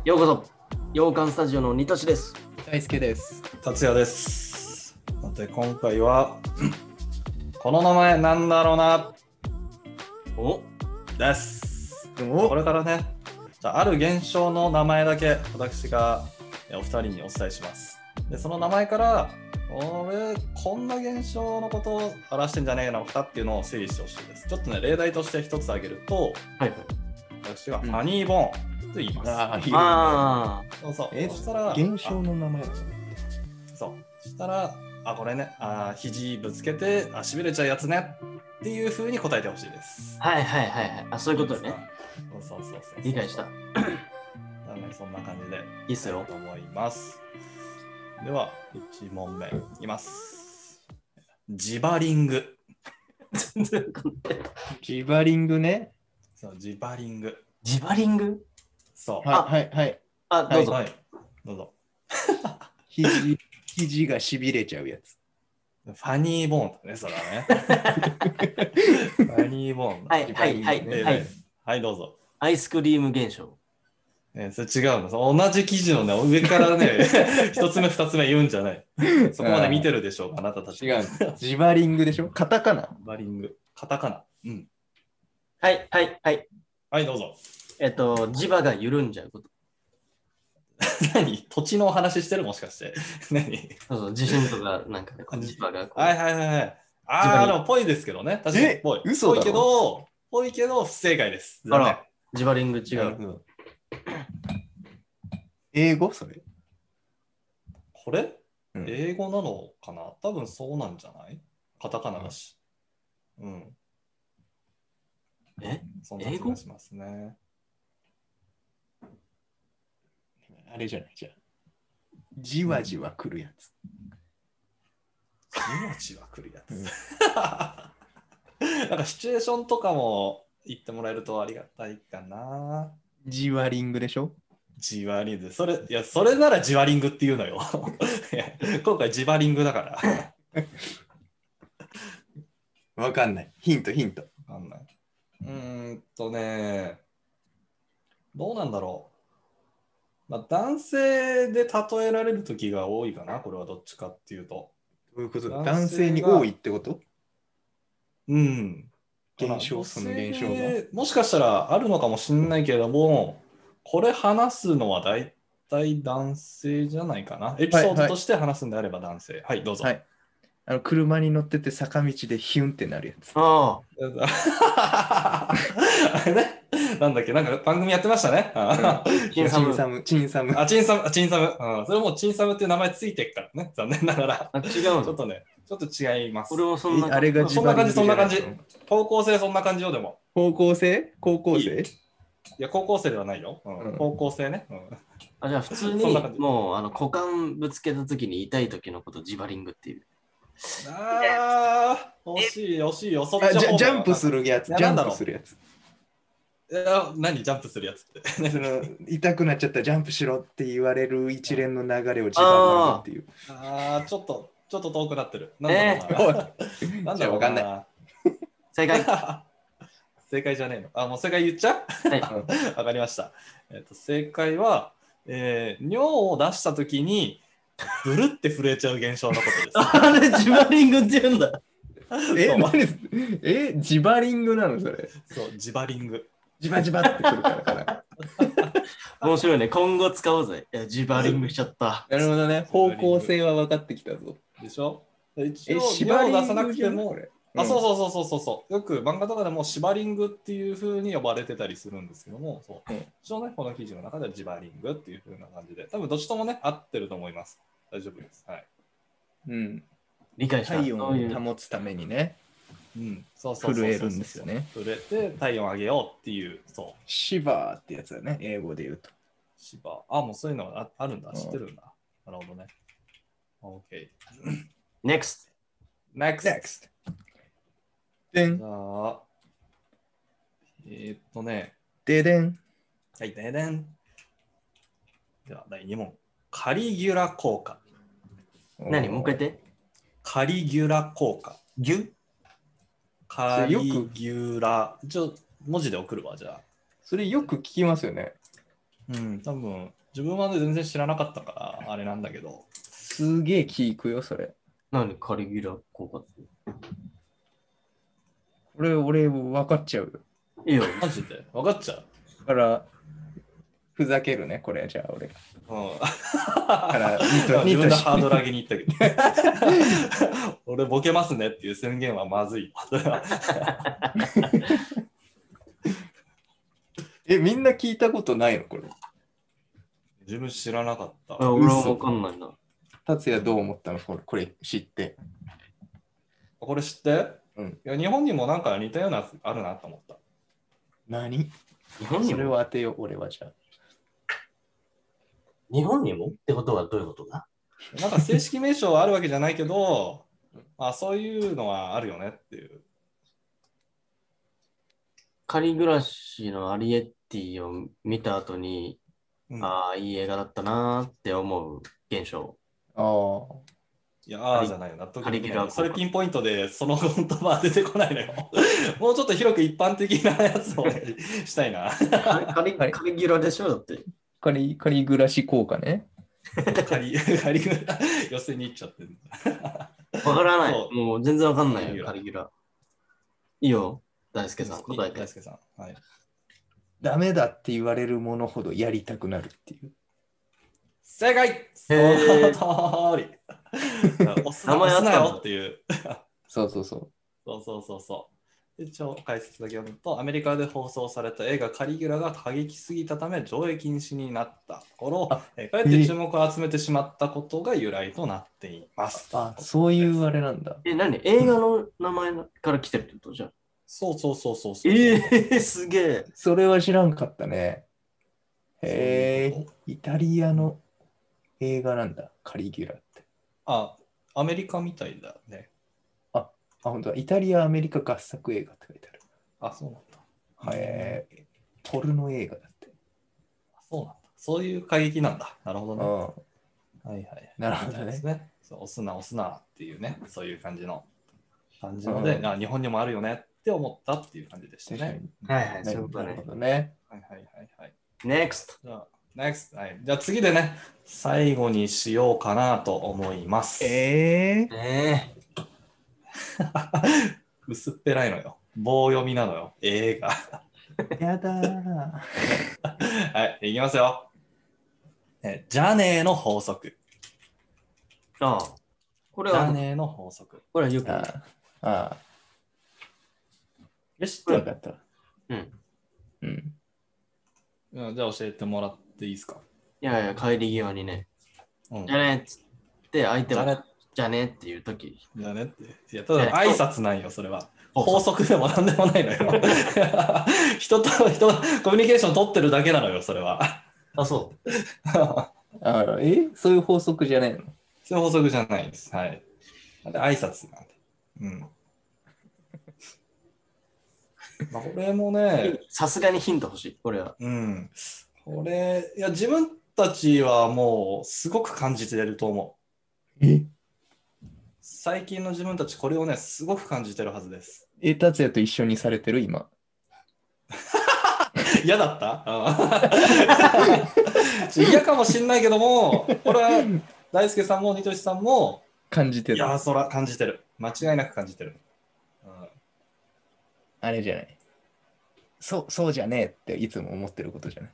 ようこそ洋館スタジオのニトシです。 大輔です。 達也です。で今回はこの名前なんだろうなです。これからね、じゃあ、ある現象の名前だけ私がお二人にお伝えします。でその名前から俺こんな現象のことを表してんじゃねえのかっていうのを整理してほしいです。ちょっとね、例題として一つ挙げると、 はいはい、 私がファニーボーンと言います。そうそう。そしたら現象の名前なの。 そう。そしたらこれね、肘ぶつけてしびれちゃうやつねっていう風に答えてほしいです。 はいはいはいはい。そういうことね。 そう。 理解した。 そんな感じでいいっすよ。 と思います。では1問目いきます。ジバリング。 ジバリングね。 そう、ジバリング。 ジバリング？ そう。 はい。 どうぞ。 はい、どうぞ。 肘がしびれちゃうやつ。 ファニーボーンだね、それはね。ファニーボーン。はい、どうぞ。 アイスクリーム現象。 それ違うの。同じ記事のね、上からね、一つ目、二つ目言うんじゃない。そこまで見てるでしょうか、あなたたち。 違う。ジバリングでしょ。カタカナ。 ジバリング。カタカナ。うん。 はい、 どうぞ。 磁場が緩んじゃうこと。 何？土地のお話してる、もしかして。何？ そう、地震とかなんかね、磁場が。 はい。でもぽいですけどね。確かにぽい。 嘘だろ。 ぽいけど不正解です。 あら、ジバリング違う。 英語それ？ これ、英語なのかな？多分そうなんじゃない？カタカナだし。うん。そんな気がしますね。 あれじゃないじゃん。じわじわ来るやつ。 じわじわ来るやつ。なんかシチュエーションとかも言ってもらえるとありがたいかな。 ジワリングでしょ？ ジワリング。それならジワリングって言うのよ。今回ジバリングだから。 わかんない。ヒント。わかんない。どうなんだろう。男性で例えられる時が多いかな。これはどっちかっていうと。 どういうこと？男性に多いってこと？ うん。 その現象が。 もしかしたらあるのかもしれないけれども、これ話すのは大体男性じゃないかな。エピソードとして話すんであれば男性。はい、どうぞ。 はい。車に乗ってて坂道でヒュンってなるやつ。 あれね。なんだっけ、なんか番組やってましたね。 チンサム。 チンサム。それもチンサムっていう名前ついてるからね。残念ながら。 違うの。 ちょっと違います。 俺もそんなあれがそんな感じ。方向性そんな感じよ、でも。 方向性？高校生？ いや、高校生ではないよ。方向性ね。 じゃあ普通にもう股間ぶつけた時に痛い時のことをジバリングっていう。 惜しいよ。 ジャンプするやつ。 何ジャンプするやつって痛くなっちゃったらジャンプしろって言われる一連の流れをジバリングっていう。 ちょっと遠くなってる。なんだろうわかんない。 正解。 正解じゃねえの。もう正解言っちゃう？はい。わかりました。正解は、尿を出したときにブルって震えちゃう現象のことです。 あれ、ジバリングって言うんだ。 ジバリングなのそれ？ そう、ジバリング。 ジバってくるからかな。 面白いね。今後使おうぜ。ジバリングしちゃった。 なるほどね。方向性は分かってきたぞ。 でしょ？一応、尿を出さなくても。そう。よく漫画とかでもシバリングっていう風に呼ばれてたりするんですけども、一応ね、この記事の中ではジバリングっていう風な感じで、多分どっちともね、合ってると思います。大丈夫です。はい。 理解した。 体温を保つためにね。震えるんですよね。 震えて体温を上げようっていう。 シバーってやつだね、英語で言うと。 シバー。もうそういうのがあるんだ。知ってるんだ。なるほどね。OK。 Next。 でん。 じゃあ、 ででん。 はい、ででん。では、第2問。カリギュラ効果。 何？もう一回言って。 カリギュラ効果。カリギュラ。文字で送るわ、じゃあ。 それよく聞きますよね。 多分自分はね、全然知らなかったから、あれなんだけど。 すげえ聞くよ、それ。 何カリギュラ効果って。 これ、俺、分かっちゃうよ。 いいよ。 マジで分かっちゃう。 だから、ふざけるね、これ、じゃあ、俺。 うん。 から自分のハードル上げに行ったけど。俺、ボケますねっていう宣言はまずい。 みんな聞いたことないの、これ。 自分知らなかった。 俺はわかんないな。 達也どう思ったのこれ知って。 これ知って、 うん、 いや日本にもなんか似たようなやつあるなと思った。 何日本にもそれを当てよう、俺はじゃあ。 日本にもってことはどういうことだ？ なんか正式名称はあるわけじゃないけど、まあそういうのはあるよねっていう。 カリグラシのアリエッティを見た後に、ああ、いい映画だったなーって思う現象。 ああ。 いや、ああじゃないよ。納得カリギュラー効果それピンポイントでその言葉は出てこないのよ。もうちょっと広く一般的なやつをしたいな。 カリギュラでしょだって。 カリグラシ効果ね。 カリグラ寄せに行っちゃってる。 わからない。 そうもう全然わかんないよ、カカリリギュラ。いいよ、大輔さん、答えて大。輔さん。はい。 ダメだって言われるものほどやりたくなるっていう。 正解その通り。押すなよっていう。 そうそうそう。 一応解説だけ読むと、アメリカで放送された映画カリギュラが過激すぎたため上映禁止になった頃、かえって注目を集めてしまったことが由来となっています。 あ、そういうあれなんだ。 何映画の名前から来てるってことじゃん。 そう。 すげえ。 それは知らんかったね。へえ、イタリアの映画なんだ、カリギュラって。 あ、アメリカみたいだね。 本当だ。イタリア、アメリカ合作映画って書いてある。 あ、そうなんだ。 へえ、トルの映画だって。 そうなんだ。そういう過激なんだ。なるほどね。はい。 なるほどね。 ですね。押すなっていうね、そういう感じので、日本にもあるよねって思ったっていう感じでしたね。 はい、そういうことね。 なるほどね。 はい。 NEXT。 NEXT。はい。じゃあ次でね、最後にしようかなと思います。薄っぺらいのよ。棒読みなのよ。映画。 やだー。 はい、いきますよ。ジャネーの法則。 ああ。これは、 ジャネーの法則。 これはよく。 知ってるかった。 じゃあ教えてもらっていいですか。 いや、帰り際にね。じゃねっつって相手もじゃねっていうとき。 じゃねって。いや、ただ挨拶なんよ、それは。法則でもなんでもないのよ。人と人コミュニケーション取ってるだけなのよ、それは。 あ、そう。 そういう法則じゃないの？ そういう法則じゃないです。はい。挨拶なんで。まあ、これもね、 さすがにヒント欲しい、これは。 これ、いや、自分たちはもうすごく感じてると思う。最近の自分たち、これをね、すごく感じてるはずです。 達也と一緒にされてる今。 嫌だった嫌かもしんないけども、これは大輔さんもニトシさんも感じてる。 いや、そら感じてる。間違いなく感じてる。 あれじゃない。そうじゃねえっていつも思ってることじゃない。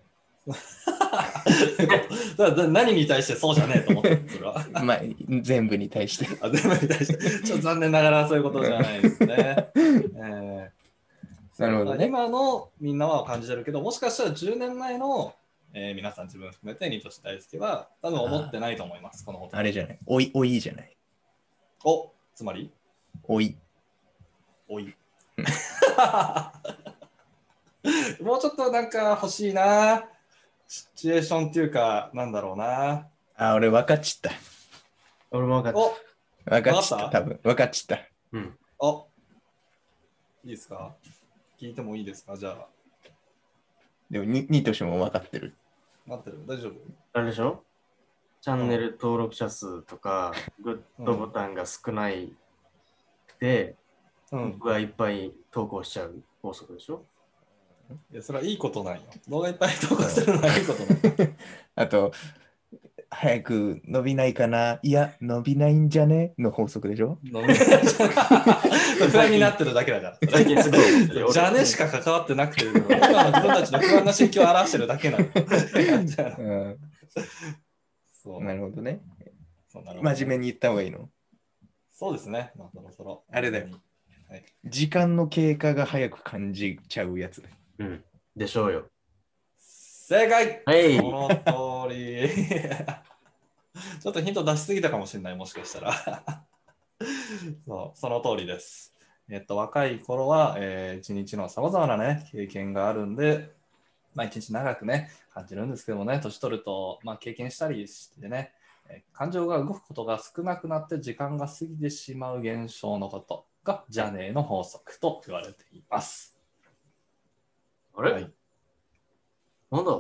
何に対してそうじゃねえと思ってるそれは。 まあ、全部に対して。 全部に対して。ちょっと残念ながらそういうことじゃないですね。 なるほどね。 今のみんなは感じてるけど、もしかしたら10年前の、皆さん自分含めてニトシ大輔は多分思ってないと思います。このこと。 あれじゃない。おいじゃない。 つまりおい。 もうちょっとなんか欲しいな。シチュエーションっていうか、なんだろうな。 俺分かっちった。 俺も分かっ分かっちった。多分分かっちった。 いいですか？聞いてもいいですか？じゃあ。 でもニトシも分かってる。 大丈夫？ あれでしょ？チャンネル登録者数とか、グッドボタンが少ないで、僕がいっぱい投稿しちゃう法則でしょ？ いや、それはいいことなんよ。動画いっぱい投稿するのはいいことなんよ。 あと、早く伸びないかな、いや、伸びないんじゃねの法則でしょ。 飲み不安になってるだけだから。 最近すごい。 じゃねしか関わってなくて、今の自分たちの不安な心境を表してるだけなの。そうなるほどね。 そうなるほど真面目に言った方がいいの。 そうですね。まあ、そろそろ。 あれだよ。 はい、 時間の経過が早く感じちゃうやつだよ。 うん。でしょうよ。 正解、 はい。 その通り。ちょっとヒント出しすぎたかもしれない、もしかしたら。その通りです。若い頃は、一日のさまざまなね、経験があるんで、まあ、一日長くね、感じるんですけどもね、年取ると、まあ、経験したりしてね、感情が動くことが少なくなって時間が過ぎてしまう現象のことがジャネーの法則と言われています。 あれ、 はい、 まだ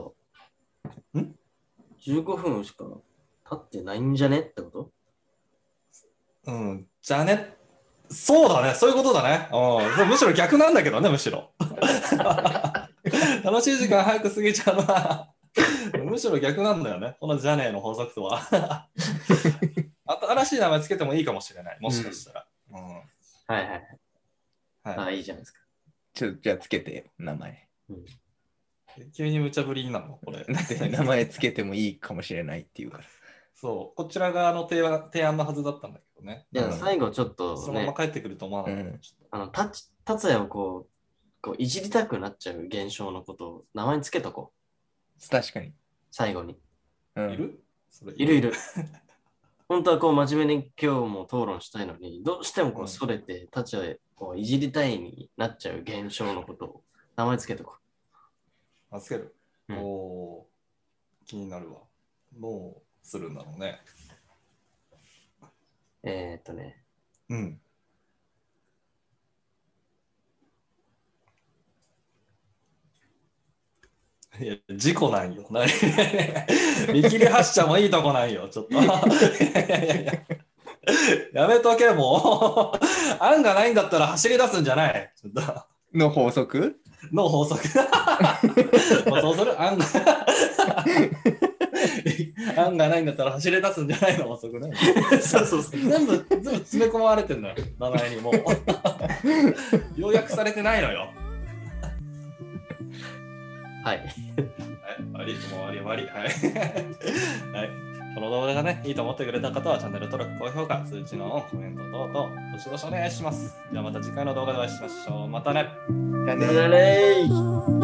?15 分しか経ってないんじゃねってこと？ うん、じゃね、そうだね、そういうことだね。むしろ逆なんだけどね、むしろ。楽しい時間早く過ぎちゃうのはむしろ逆なんだよね、このジャネーの法則とは。新しい名前つけてもいいかもしれない、もしかしたら。 はいはいはい。あ、いいじゃないですか。 じゃあつけてよ、名前。 急に無茶ぶりなのこれ。 だって名前つけてもいいかもしれないっていうから。 そう、こちら側の提案のはずだったんだけどね。 いや、最後ちょっと、ね、 そのまま帰ってくると思わなかった。 達也をこういじりたくなっちゃう現象のことを名前につけとこう。 確かに。 最後に。 いる？ いる。本当はこう真面目に今日も討論したいのに、どうしてもこうそれて達也をいじりたいになっちゃう現象のことを名前つけとこう。つける。気になるわ。どうするんだろうね。 うん。 いや、事故なんよ。見切り発車もいいとこなんよ、ちょっと。やめとけ、もう。案がないんだったら走り出すんじゃない。ちょっとの法則の法則。まあそうする案がないんだったら走り出すんじゃないの法則ね。そう。全部詰め込まれてんのよ、名前にもう。要約されてないのよ。 はい。 終わり。はい。はい。この動画がね、いいと思ってくれた方はチャンネル登録、高評価、通知のオン、コメント等々、どしどしお願いします。ではまた次回の動画でお会いしましょう。またね。 じゃあねー。